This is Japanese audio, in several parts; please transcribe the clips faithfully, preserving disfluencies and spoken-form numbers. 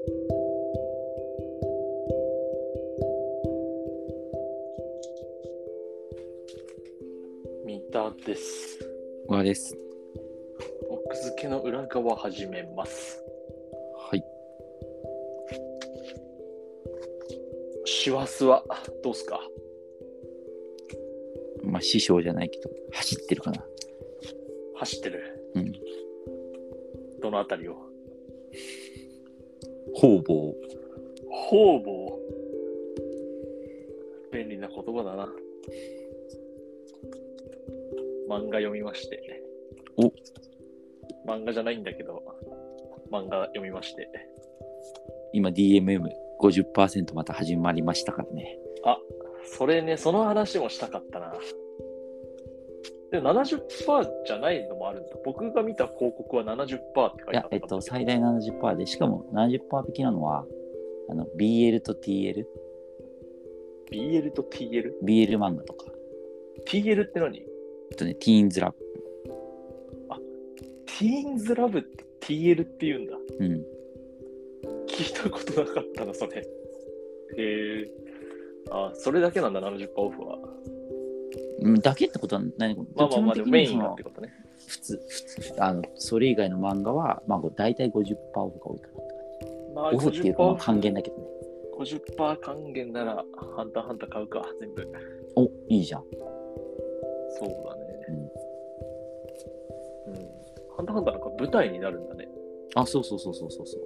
三田です。 小川です。 奥付けの裏側始めます。 はい。 師走はどうすか？ まあ師匠じゃないけど走ってるかな。 走ってる。 うん。 どのあたりを？ 方々。 方々。便利な言葉だな。漫画読みまして。 お。 漫画じゃないんだけど、漫画読みまして。 今 ディーエムエムごじゅっパーセント また始まりましたからね。 あ、それね、その話もしたかったな。でも ななじゅっパーセント じゃないのもあるんだ。僕が見た広告は ななじゅっパーセント って書いてあったんだけど。 いや、えっと、最大 ななじゅっパーセント で、しかも ななじゅっパーセント 引きなのは、あの、ビーエル と ティーエル。 ビーエル と ティーエル？ ビーエル 漫画とか。 ティーエル って何？ えっとね、ティーンズラブ。 あ、ティーンズラブって ティーエル って言うんだ。 うん。 聞いたことなかったな、それ。へえ。あ、それだけなんだ、ななじゅっパーセントオフは。 だけってことは何？ まあまあまあ、でもメインがってことね。 普通、普通、あの、それ以外の漫画は、まあ、大体 ごじゅっパーセント オフが多いかなって感じ。 まあ、 オフっていうか、まあ、還元だけどね。 ごじゅっパーセント 還元なら、ハンターハンター買うか、全部。 お、いいじゃん。 そうだね。 うん。 うん。ハンターハンターなんか舞台になるんだね。 あ、そうそうそうそうそうそう。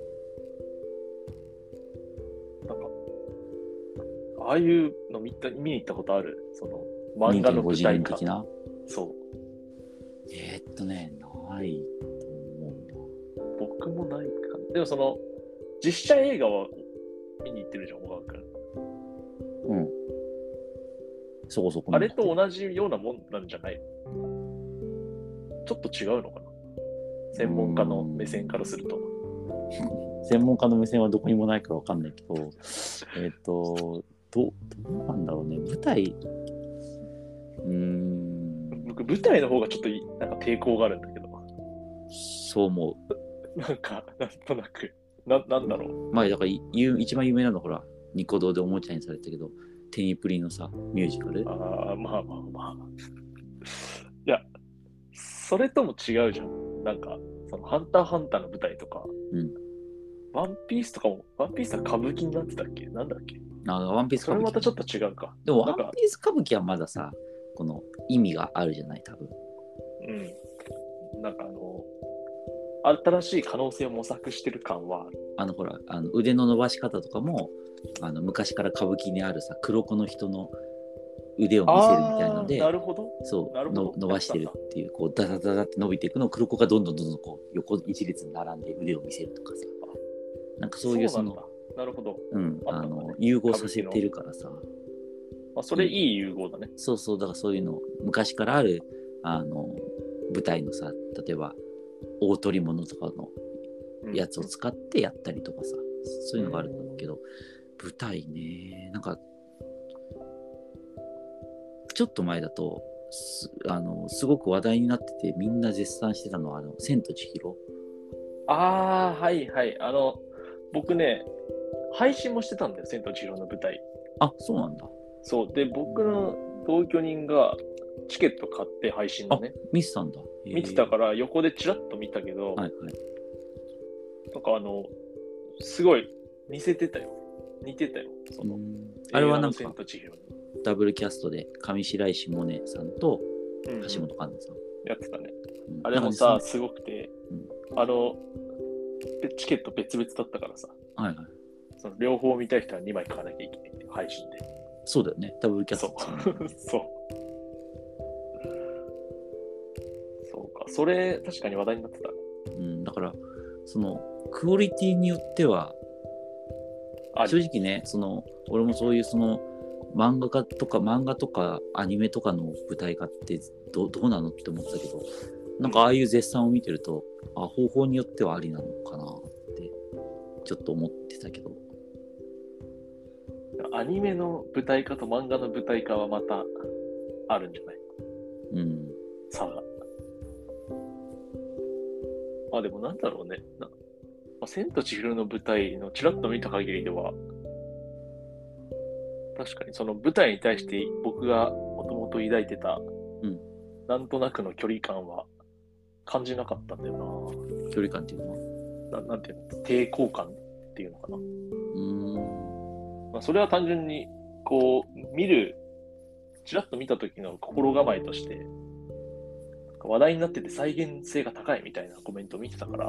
なんか、ああいうの見た見に行ったことある？その、漫画の舞台化。 的な？ そう。 えー、っとね、ないと思うな。僕もないかな。でもその、実写映画は見に行ってるじゃん、小川君。 うん。そこそこ。 あれと同じようなもんなんじゃない？ちょっと違うのかな？専門家の目線からすると。 専門家の目線はどこにもないからわかんないけど、えっと、ど、どうなんだろうね。舞台、うーん。 僕、舞台の方がちょっとなんか抵抗があるんだけど。 そう思う。なんか、なんとなく。な、なんだろう。 まあ、だから、一番有名なのはほら、ニコ動でおもちゃにされたけど、テニプリのさ、ミュージカル。 ああ、まあまあまあ。いや、それとも違うじゃん。なんか、その、ハンターハンターの舞台とか、 うん。 ワンピースとかも、ワンピースは歌舞伎になってたっけ？なんだっけ？ あ、ワンピース歌舞伎。 それまたちょっと違うか。 でも、ワンピース歌舞伎はまださ、この意味があるじゃない、多分。 うん。なんかあの、新しい可能性を模索してる感はある。 あの、ほら、あの腕の伸ばし方とかも、あの昔から歌舞伎にあるさ、黒子の人の腕を見せるみたいので、 なるほど。 そうの伸ばしてるっていう、こうダダダダって伸びていくのを黒子がどんどんどんどんこう横一列に並んで腕を見せるとかさ、なんかそういうその、 そうなんだ。なるほど。 うん、あの、ね、融合させてるからさ。 あ、それいい融合だね。 そうそう、だからそういうの昔からあるあの舞台のさ、例えば大捕物とかのやつを使ってやったりとかさ、うん、そういうのがあるんだけど、舞台ね、なんかちょっと前だと す, あのすごく話題になっててみんな絶賛してたのはあの千と千尋。 ああ、はいはい。あの僕ね配信もしてたんだよ、千と千尋の舞台。 あ、そうなんだ。 そうで、僕の同居人がチケット買って配信のね、 見てたんだ。 見てたから横でチラッと見たけど、 はいはい、 なんかあのすごい似せてたよ。似てたよ。そのあれはなんか千と千尋ダブルキャストで上白石萌音さんと橋本環奈さん、 うん、やってたね。うん、あれもさ、すごくて、うん、あのチケット別々だったからさ、 はいはい、 その両方見たい人はにまい買わなきゃいけないっていう配信で。 そうだよね、ダブルキャスト、 ね、そう。そう。そうか、それ確かに話題になってたね。 うん、だからそのクオリティによっては正直ね、その俺もそういうその漫画家とか漫画とかアニメとかの舞台化って ど, どうなのって思ってたけど、なんかああいう絶賛を見てると、あ、方法によってはありなのかなってちょっと思ってたけど、 アニメの舞台化と漫画の舞台化はまたあるんじゃない？ うん。 差が。あ、でもなんだろうね。なまあ、千と千尋の舞台のちらっと見た限りでは、確かにその舞台に対して僕がもともと抱いてた、 うん、 なんとなくの距離感は感じなかったんだよな。 距離感っていうのはななんていうの、抵抗感っていうのかな。 うーん、 まあ、それは単純にこう見る、ちらっと見た時の心構えとして、話題になってて再現性が高いみたいなコメントを見てたから、 うん、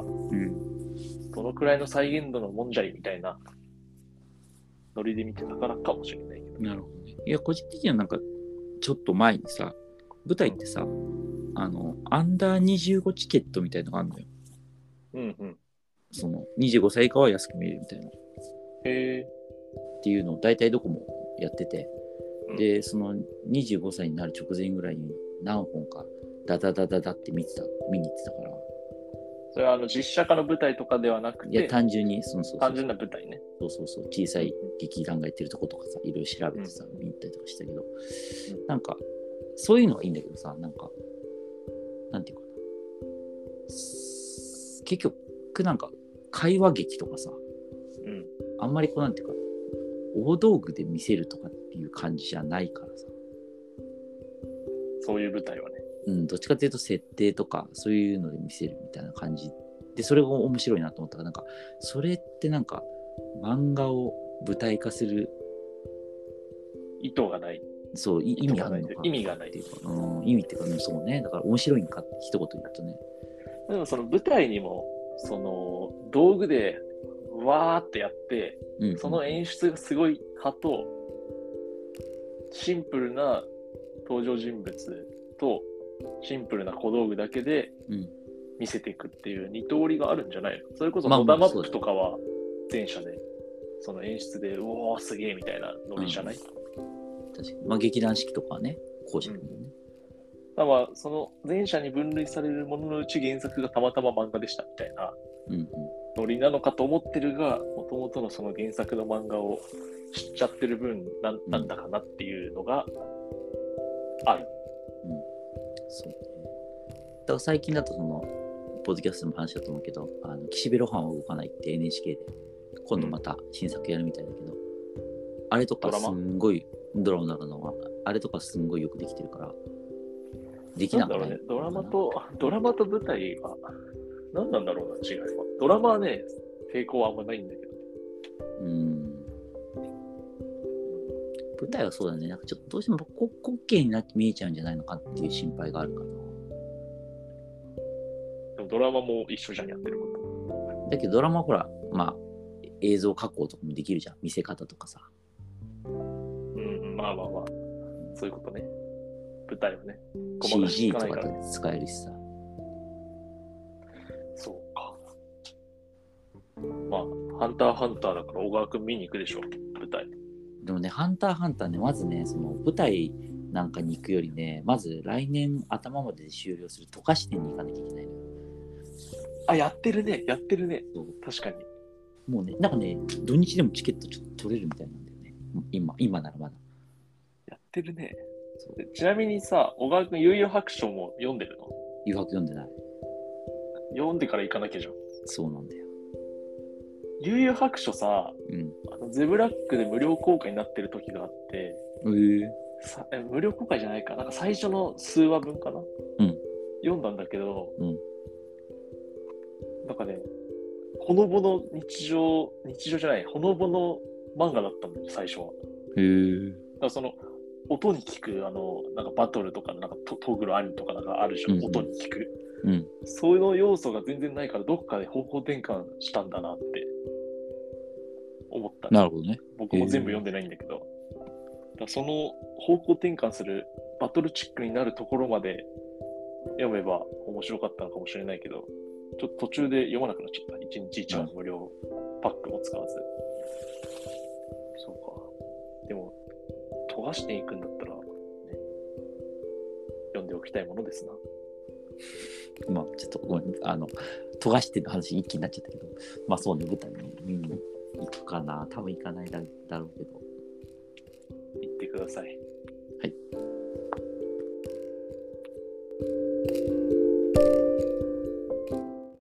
どのくらいの再現度のもんじゃいみたいなノリで見てたからかもしれないけど。 なるほどね。いや、個人的にはなんか、ちょっと前にさ、舞台ってさ、あの、アンダーにじゅうごチケットみたいのがあるのよ。 うんうん。 その、にじゅうごさい以下は安く見えるみたいな。 へえ。 っていうのを大体どこもやってて、 うん、 で、そのにじゅうごさいになる直前ぐらいに何本かダダダダダって見てた、見に行ってたから。 それはあの実写化の舞台とかではなくて、 いや、単純に、そのそうそう単純な舞台ね。 そうそうそう、小さい劇団がやってるとことかさ、いろいろ調べてさ、見に行ったりとかしたけど、うん、なんか、そういうのはいいんだけどさ、なんか、なんていうかな。結局、なんか、会話劇とかさ、 うん、 あんまりこうなんていうか、大道具で見せるとかっていう感じじゃないからさ。 そういう舞台はね。 うん、どっちかというと設定とか、そういうので見せるみたいな感じで、それが面白いなと思ったから、なんか、それってなんか、漫画を舞台化する意図がない。 そう、意味あるのか。 意味がないっていうか、うん、意味っていうか、そうね。だから面白いんかって一言言うとね。 でもその舞台にも、その道具でわーってやって、うんうん、その演出がすごい派と、シンプルな登場人物と、シンプルな小道具だけで見せていくっていう二通りがあるんじゃないの？それこそモダマップとかは前者で、その演出で、うおーすげーみたいなノリじゃない？ うん、確かに。まあ劇団四季とかはね、後者だもんね。 だからその前者に分類されるもののうち原作がたまたま漫画でしたみたいなノリなのかと思ってるが、もともとのその原作の漫画を知っちゃってる分な ん, なんだかなっていうのがある。 うん、うん、そうね。だから最近だとそのポッドキャストの話だと思うけど、あの岸辺露伴は動かないって エヌエイチケー で今度また新作やるみたいだけど、うん、あれとかすんごいドラマの中のあれとかすんごいよくできてるから。できなかったね。 ドラマと、ドラマと舞台は何なんだろうな、違いは。ドラマはね、抵抗はあんまないんだけど。 うーん。舞台はそうだね。なんかちょっとどうしても滑稽になって見えちゃうんじゃないのかっていう心配があるかな。 でもドラマも一緒じゃん、やってること。だけどドラマはほら、まあ、映像加工とかもできるじゃん。見せ方とかさ。 うん、まあまあまあ。そういうことね。舞台はね。 シージー とかで使えるしさ。 そうか。まあ、ハンターハンターだから小川くん見に行くでしょ、舞台。 でもね、ハンターハンターね、まずね、その舞台なんかに行くよりね、まず来年頭までで終了する溶かし店に行かなきゃいけないのよ。 あ、やってるね、やってるね。そう確かに。 もうね、なんかね、土日でもチケットちょっと取れるみたいなんだよね。今、今ならまだ。 やってるね。ちなみにさ、小川君、悠々白書も読んでるの？ 悠々白読んでない。 読んでから行かなきゃじゃん。 そうなんだよ。 悠々白書さ、 うん、 あのゼブラックで無料公開になってる時があって、 えー、 さえ無料公開じゃないか、なんか最初の数話分かな、 うん、 読んだんだけど、 うん、 なんかね、ほのぼの日常、日常じゃない、ほのぼの漫画だったんだよ、最初は。 へー。 だからその音に聞くあのなんかバトルとかなんかトトグロ兄とかなんかあるじゃん、うんうん、音に聞く、 うん、 そういうの要素が全然ないからどっかで方向転換したんだなって思った。 なるほどね。 僕も全部読んでないんだけど、だその方向転換するバトルチックになるところまで読めば面白かったのかもしれないけど、ちょっと途中で読まなくなっちゃった。いちにちいちわ無料パックも使わず。そうか。でも飛ばしていくんだったら、ね、読んでおきたいものですな。 まあちょっとごめん、あの飛ばしての話一気になっちゃったけど、まあそうね、舞台に見に行くかな。多分行かないだろうけど。 行ってください。 はい。